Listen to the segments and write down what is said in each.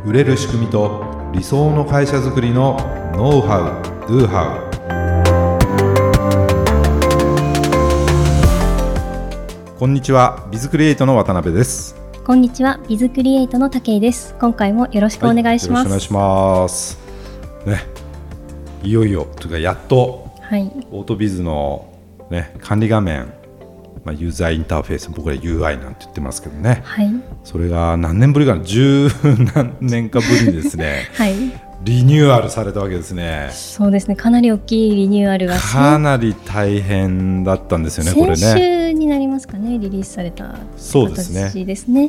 売れる仕組みと理想の会社づくりのノウハウ・ドゥハウ。こんにちは、ビズクリエイトの渡辺です。 こんにちは、ビズクリエイトの武井です。今回もよろしくお願いします。 よろしくお願いしますね。いよいよというかやっと、オートビズの、管理画面、ユーザーインターフェース、僕ら UI なんて言ってますけどね、それが何年ぶりかな、十何年かぶりにですね、リニューアルされたわけですね。 そうですね、かなり大きいリニューアルがかなり大変だったんですよね。これね、 先週になりますかね、リリースされた形ですね。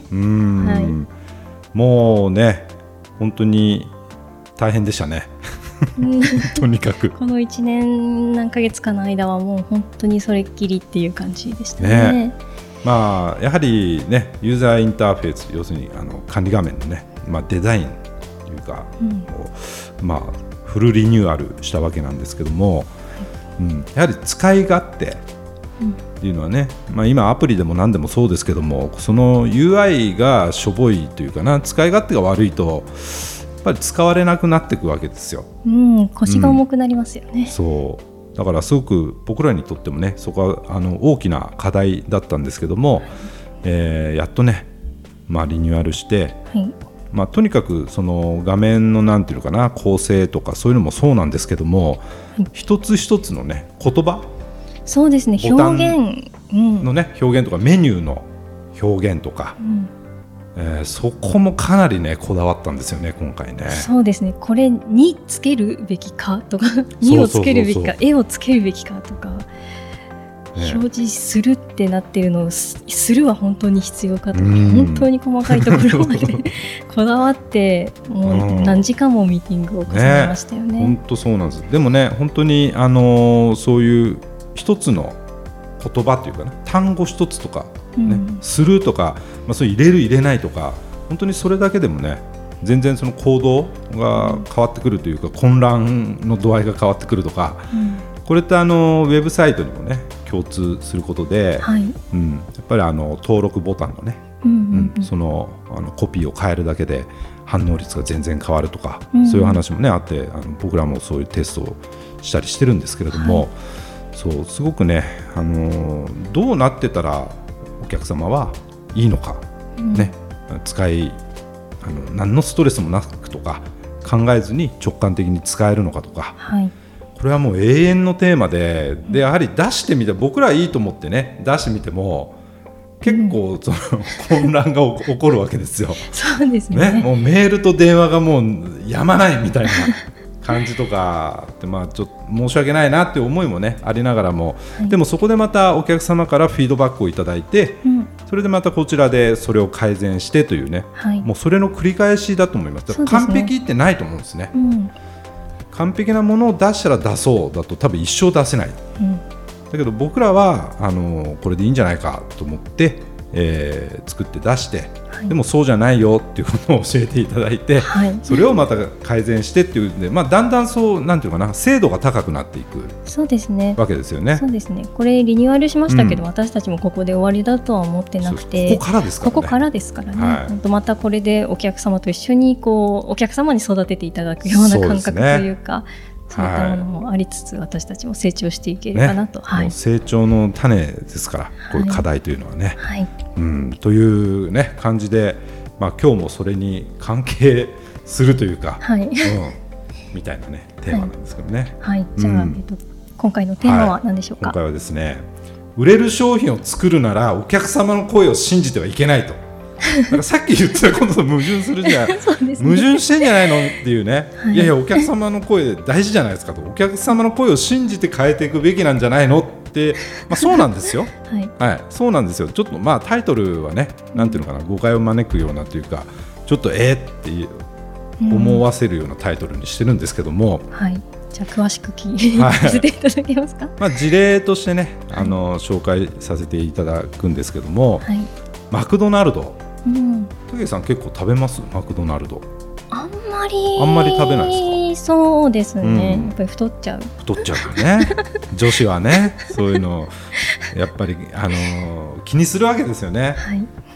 もうね、本当に大変でしたねとにかくこの1年何ヶ月かの間はもう本当にそれっきりっていう感じでしたね。 やはりね、ユーザーインターフェース、要するに管理画面のね、デザインというか、フルリニューアルしたわけなんですけども、やはり使い勝手っていうのはね、今アプリでも何でもそうですけども、その UI がしょぼいというかな、使い勝手が悪いとやっぱり使われなくなっていくわけですよ。 腰が重くなりますよね。 そうだからすごく僕らにとってもね、そこは大きな課題だったんですけども、やっとね、リニューアルして、とにかくその画面のなんていうのかな、構成とかそういうのもそうなんですけども、一つ一つのね、言葉、 そうですね、表現のね、表現とかメニューの表現とか、そこもかなりねこだわったんですよね、今回ね。 そうですね、これにつけるべきかとかにをつけるべきか、絵をつけるべきかとか、表示するってなってるのをするは本当に必要かとか、本当に細かいところまでこだわってもう何時間もミーティングを重ねましたよね。 本当そうなんです。でもね、本当にそういう一つの言葉というかね、単語一つとかするとか、そう入れる入れないとか、本当にそれだけでもね、全然その行動が変わってくるというか、混乱の度合いが変わってくるとか、これってウェブサイトにもね共通することで、やっぱり登録ボタンのね、そのコピーを変えるだけで反応率が全然変わるとか、そういう話もねあって、僕らもそういうテストをしたりしてるんですけれども、そうすごくね、どうなってたらお客様はいいのか、使い何のストレスもなくとか考えずに直感的に使えるのかとか、これはもう永遠のテーマで、やはり出してみて、僕らいいと思ってね出してみても結構その混乱が起こるわけですよ。 そうですね。 もうメールと電話がもうやまないみたいな感じとかって、ちょっと申し訳ないなっていう思いもねありながらも、でもそこでまたお客様からフィードバックをいただいて、それでまたこちらでそれを改善してというね、もうそれの繰り返しだと思います。完璧ってないと思うんですね。完璧なものを出したら出そうだと多分一生出せない、だけど僕らはこれでいいんじゃないかと思って、作って出して、でもそうじゃないよっていうことを教えていただいて、それをまた改善してっていうんで、だんだんそうなんていうかな、精度が高くなっていくわけですよね。 そうですね。これリニューアルしましたけど、私たちもここで終わりだとは思ってなくて、 ここからですからね。 ここからですからね。またこれでお客様と一緒にお客様に育てていただくような感覚というか、そういったものもありつつ、私たちも成長していけるかなと、 成長の種ですから、こういう課題というのはね、というね感じで、今日もそれに関係するというか、みたいなねテーマなんですけどね。 じゃあ、今回のテーマは何でしょうか。 今回はですね、売れる商品を作るならお客様の声を信じてはいけないと。だからさっき言ってたことと矛盾するじゃない矛盾してんじゃないのっていうね、いやいやお客様の声大事じゃないですかと、お客様の声を信じて変えていくべきなんじゃないのって、そうなんですよ。そうなんですよ。ちょっとタイトルはね、なんていうのかな、誤解を招くようなというか、ちょっとって思わせるようなタイトルにしてるんですけども、 じゃあ詳しく聞かせていただけますか。 事例としてね、紹介させていただくんですけども、マクドナルド、武井さん結構食べます？マクドナルドあんまり食べないですか？ そうですね、やっぱり太っちゃうよね女子はね、そういうのやっぱり気にするわけですよね。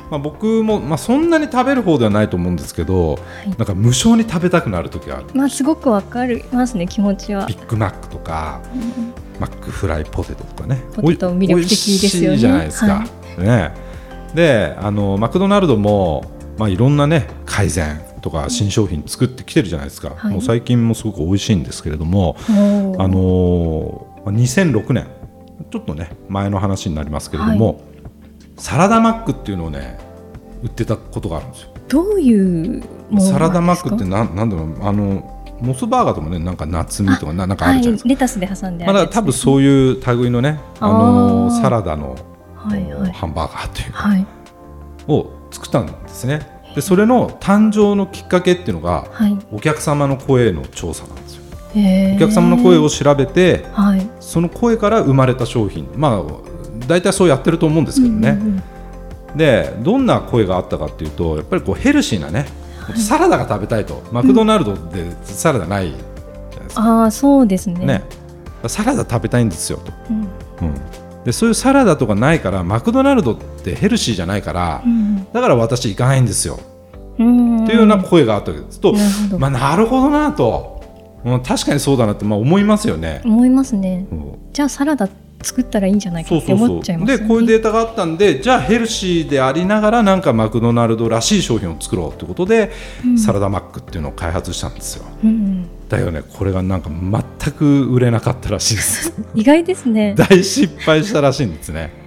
僕も、そんなに食べる方ではないと思うんですけど、なんか無性に食べたくなる時がある。 すごくわかりますね、気持ちは。 ビッグマックとか、マックフライポテトとかね、 ポテト魅力的ですよね。 美味しいじゃないですか、ね。でマクドナルドも、いろんなね改善とか新商品作ってきてるじゃないですか、もう最近もすごく美味しいんですけれども、2006年ちょっとね前の話になりますけれども、サラダマックっていうのをね売ってたことがあるんですよ。 どういうものなんですか？ サラダマックってなんだろう、モスバーガーとかもね、なんか夏見とかなんかあるじゃないですか。 レタスで挟んであるやつですね。 多分そういう類のね、サラダの、ハンバーガーというか、を作ったんですね。でそれの誕生のきっかけっていうのが、お客様の声の調査なんですよ。お客様の声を調べて、その声から生まれた商品、大体そうやってると思うんですけどね、でどんな声があったかっていうと、やっぱりこうヘルシーなね、サラダが食べたいと。マクドナルドでサラダないじゃないですか。 そうですね。 サラダ食べたいんですよと、でそういうサラダとかないから、マクドナルドってヘルシーじゃないから、だから私行かないんですよっていうような声があったわけですと、なるほどなと、確かにそうだなって思いますよね。 思いますね。じゃあサラダ作ったらいいんじゃないかって思っちゃいますよね。 でこういうデータがあったんで、じゃあヘルシーでありながらなんかマクドナルドらしい商品を作ろうということで、サラダマックっていうのを開発したんですよ。だよね、これがなんか全く売れなかったらしいです意外ですね。 大失敗したらしいんですね。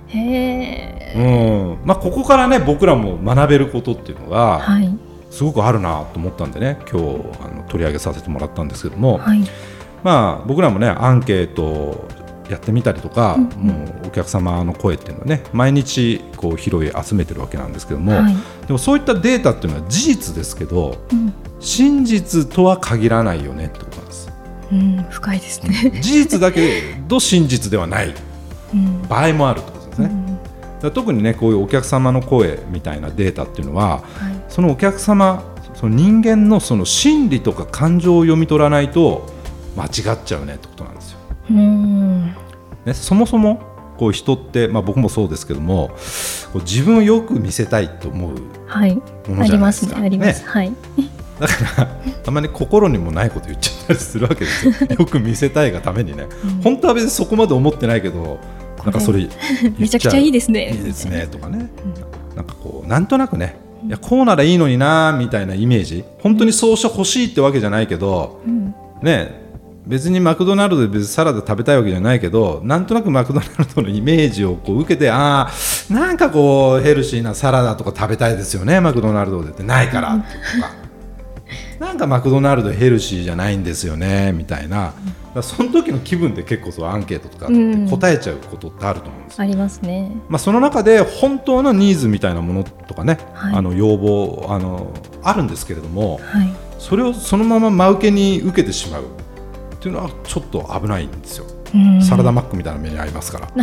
ここからね僕らも学べることっていうのがすごくあるなと思ったんでね、今日取り上げさせてもらったんですけども、僕らもねアンケートをやってみたりとか、もうお客様の声っていうのをね毎日こう拾い集めてるわけなんですけども、でもそういったデータっていうのは事実ですけど、真実とは限らないよねってことなんです。 深いですね。 事実だけど真実ではない場合もあるってことですね。だ特にねこういうお客様の声みたいなデータっていうのは、そのお客様、その人間のその心理とか感情を読み取らないと間違っちゃうねってことなんですよ。そもそもこう人って、僕もそうですけども、こう自分をよく見せたいと思うものじゃないですか。 ありますね。 だからたまに心にもないこと言っちゃったりするわけですよ。よく見せたいがためにね、本当は別にそこまで思ってないけど、なんかそれめちゃくちゃいいですね。 いいですねとかね、なんかこうなんとなくね、いやこうならいいのになみたいなイメージ、本当にそうしてほしいってわけじゃないけど、別にマクドナルドで別にサラダ食べたいわけじゃないけど、なんとなくマクドナルドのイメージをこう受けて、なんかこうヘルシーなサラダとか食べたいですよね、マクドナルドでってないからとかなんかマクドナルドヘルシーじゃないんですよねみたいな、その時の気分で結構そうアンケートとかって答えちゃうことってあると思うんですよ。 ありますね。 その中で本当のニーズみたいなものとかね、要望あるんですけれども、それをそのまま真受けに受けてしまうっていうのはちょっと危ないんですよ。サラダマックみたいな目に遭いますから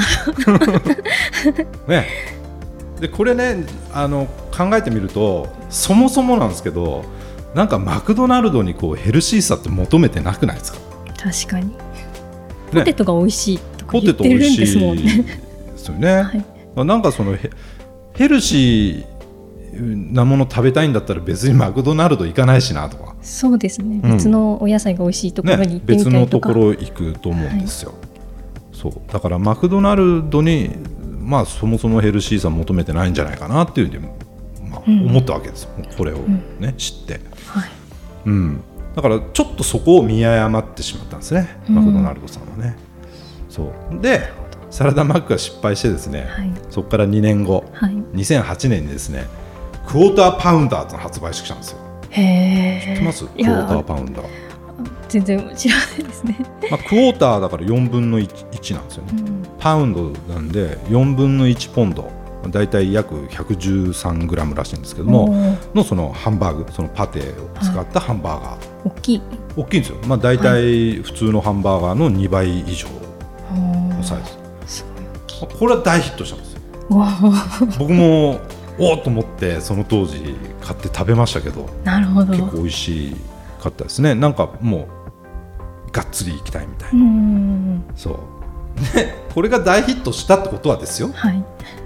ね。でこれね考えてみると、そもそもなんですけど、なんかマクドナルドにこうヘルシーさって求めてなくないですか？ 確かに、ポテトが美味しいとか言ってるんですもんね。 ですよね。なんかそのヘルシーなもの食べたいんだったら別にマクドナルド行かないしなとか。 そうですね、別のお野菜が美味しいところに行ってみたりとか、 別のところ行くと思うんですよ。そうだからマクドナルドにそもそもヘルシーさ求めてないんじゃないかなっていうふうに、思ったわけですよ、これを、知って、だからちょっとそこを見誤ってしまったんですね、マクドナルドさんはね。そうでサラダマックが失敗してですね、そこから2年後、2008年にですねクォーターパウンダーとの発売してきたんですよ。知ってます？クォーターパウンダー全然知らないですね。 クォーターだから4分の 1なんですよね、パウンドなんで4分の1ポンド、だいたい約113グラムらしいんですけどもの、そのハンバーグ、そのパテを使ったハンバーガー、 大きいんですよ。だいたい普通のハンバーガーの2倍以上のサイズ。これは大ヒットしたんですよ。僕もおーと思ってその当時買って食べましたけど、 なるほど、 結構美味しかったですね。なんかもうがっつりいきたいみたいな。そうでこれが大ヒットしたってことはですよ、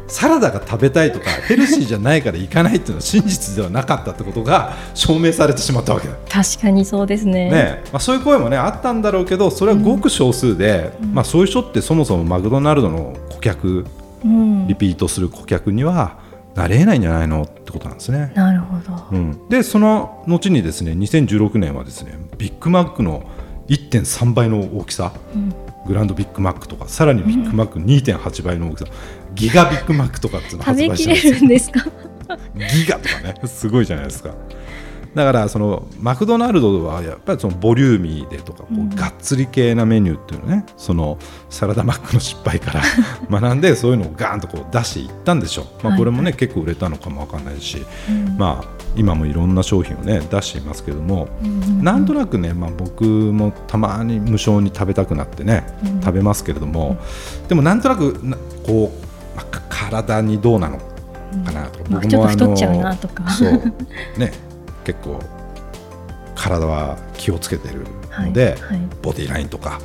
サラダが食べたいとかヘルシーじゃないから行かないっていうのは真実ではなかったってことが証明されてしまったわけだ。 確かにそうですね。 そういう声もねあったんだろうけど、それはごく少数で、そういう人ってそもそもマクドナルドの顧客、リピートする顧客にはなれないんじゃないのってことなんですね。 なるほど。 でその後にですね2016年はですねビッグマックの 1.3 倍の大きさ、グランドビッグマックとかさらにビッグマック 2.8 倍の大きさ、ギガビッグマックとかっていうのを発売してるんですよ。 食べきれるんですか？ ギガとかねすごいじゃないですか。だからそのマクドナルドはやっぱりそのボリューミーでとかこうがっつり系なメニューっていうのね、そのサラダマックの失敗から学んでそういうのをガーンとこう出していったんでしょう。これもね結構売れたのかもわかんないし、今もいろんな商品をね出していますけども、なんとなくね、僕もたまに無償に食べたくなってね、食べますけれども、でもなんとなくこう、体にどうなのかなとか、僕もちょっと太っちゃうなとかそうね結構体は気をつけてるので、ボディラインとか、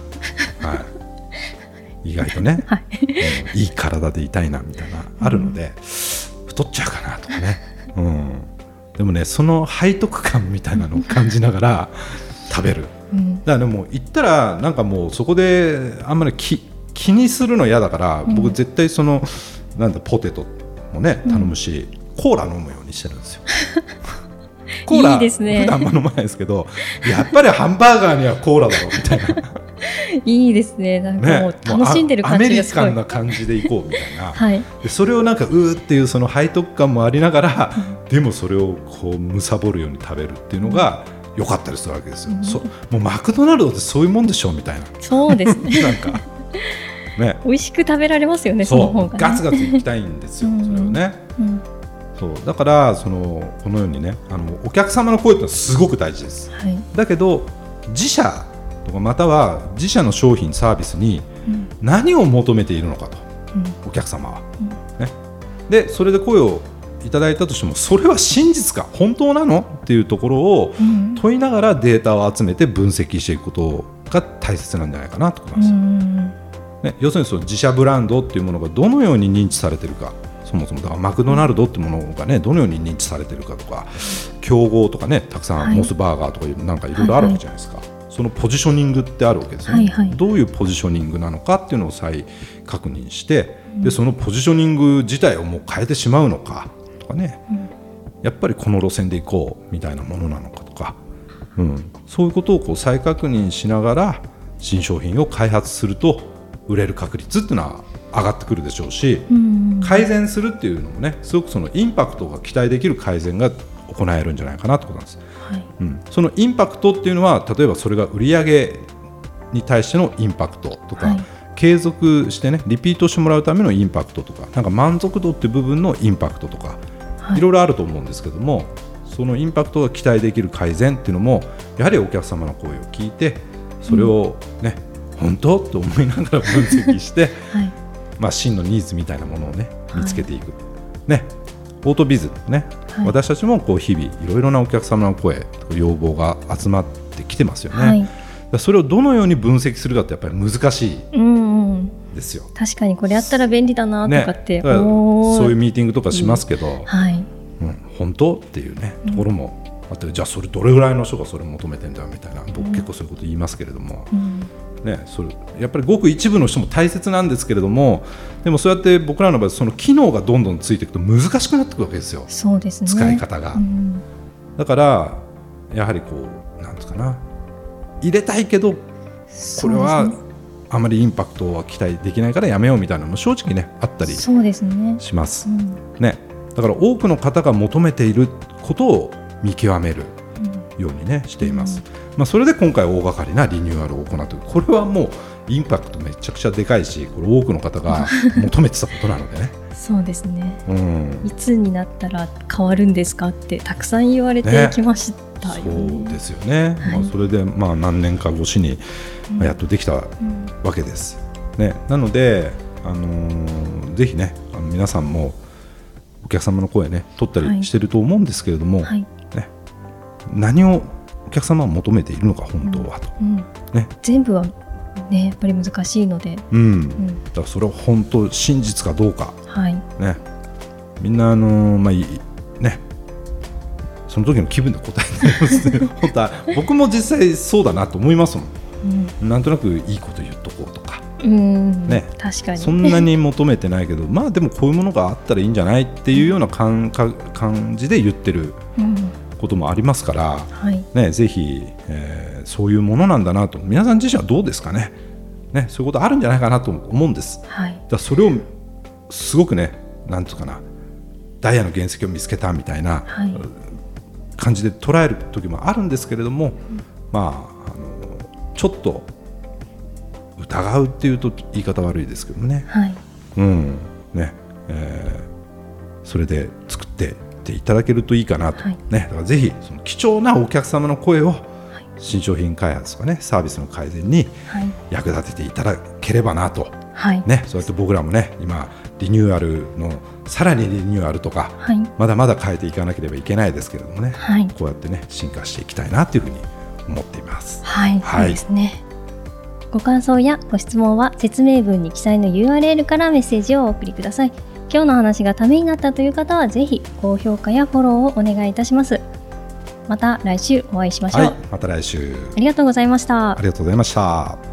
意外とね、いい体でいたいなみたいなあるので、太っちゃうかなとかね、でもねその背徳感みたいなのを感じながら食べる、だからねもう行ったらなんかもうそこであんまり気にするの嫌だから、僕絶対そのなんだポテトもね頼むし、コーラ飲むようにしてるんですよ。コーラいいですね、普段あんま飲まないですけどやっぱりハンバーガーにはコーラだろうみたいないいですね。なんかもう楽しんでる感じがすごい、 アメリカンな感じでいこうみたいな、でそれをなんかっていうその背徳感もありながら、でもそれをこう貪るように食べるっていうのが良かったりするわけですよ。もうマクドナルドってそういうもんでしょみたいな。 そうですねなんかね、 美味しく食べられますよね。その方がねガツガツいきたいんですよ。それをね、そうだからこのようにねお客様の声ってのはすごく大事です、だけど自社とかまたは自社の商品サービスに何を求めているのかと、お客様は、でそれで声をいただいたとしてもそれは真実か本当なのっていうところを問いながらデータを集めて分析していくことが大切なんじゃないかなと思います、要するにその自社ブランドっていうものがどのように認知されているか、そもそもだからマクドナルドってものがねどのように認知されているかとか、競合とかねたくさんモスバーガーとかなんかいろいろあるわけじゃないですか、そのポジショニングってあるわけですよね、どういうポジショニングなのかっていうのを再確認して、でそのポジショニング自体をもう変えてしまうのかとかね、やっぱりこの路線で行こうみたいなものなのかとか、そういうことをこう再確認しながら新商品を開発すると売れる確率っていうのは上がってくるでしょうし、改善するっていうのもねすごくそのインパクトが期待できる改善が行えるんじゃないかなってことなんです、そのインパクトっていうのは例えばそれが売上に対してのインパクトとか、継続してねリピートしてもらうためのインパクトとか、なんか満足度っていう部分のインパクトとか、いろいろあると思うんですけども、そのインパクトが期待できる改善っていうのもやはりお客様の声を聞いてそれをね、本当と思いながら分析して、真のニーズみたいなものをね見つけていく、オートビズね、私たちもこう日々いろいろなお客様の声要望が集まってきてますよね、それをどのように分析するかってやっぱり難しいですよ、 確かにこれやったら便利だなとかって、 そういうミーティングとかしますけど、本当っていうねところもあって、じゃあそれどれぐらいの人がそれを求めてんだみたいな、僕結構そういうこと言いますけれども、それやっぱりごく一部の人も大切なんですけれども、でもそうやって僕らの場合その機能がどんどんついていくと難しくなってくるわけですよ。 そうですね、 使い方が、だからやはりこうなんですかな、入れたいけどこれはあまりインパクトは期待できないからやめようみたいなのも正直ねあったりします、だから多くの方が求めていることを見極めるようにねしています、それで今回大掛かりなリニューアルを行うという、これはもうインパクトめちゃくちゃでかいし、これ多くの方が求めてたことなのでねそうですね、いつになったら変わるんですかってたくさん言われてきましたよね。 そうですよね、それで何年か越しにやっとできたわけです、なので、ぜひね皆さんもお客様の声ね取ったりしてると思うんですけれども、何をお客様は求めているのか本当はと、 全部はねやっぱり難しいので、 だからそれを本当真実かどうかはいね、みんなね、その時の気分で答えになりますね本当は僕も実際そうだなと思いますもん、なんとなくいいこと言っとこうとか、ね、 確かにそんなに求めてないけどまあでもこういうものがあったらいいんじゃないっていうような感じで言ってることもありますから、 はいね、ぜひ、そういうものなんだなと、皆さん自身はどうですかね、そういうことあるんじゃないかなと思うんです、 はい、 だからそれをすごくね、なんていうかな、ダイヤの原石を見つけたみたいな感じで捉える時もあるんですけれども、まあ、ちょっと疑うっていうと言い方悪いですけどね、 はいね、それで作っていっていただけるといいかなと、 はいね、だからぜひその貴重なお客様の声を新商品開発とかね、サービスの改善に役立てていただければなと、 はいね、そうやって僕らもね、今リニューアルのさらにリニューアルとか、 はい、 まだまだ変えていかなければいけないですけれどもね、 はい、 こうやってね進化していきたいなというふうに思っています。 はい、 はい、 そうですね。ご感想やご質問は説明文に記載の URL からメッセージをお送りください。今日の話がためになったという方はぜひ高評価やフォローをお願いいたします。また来週お会いしましょう。 はい、また来週。 ありがとうございました。 ありがとうございました。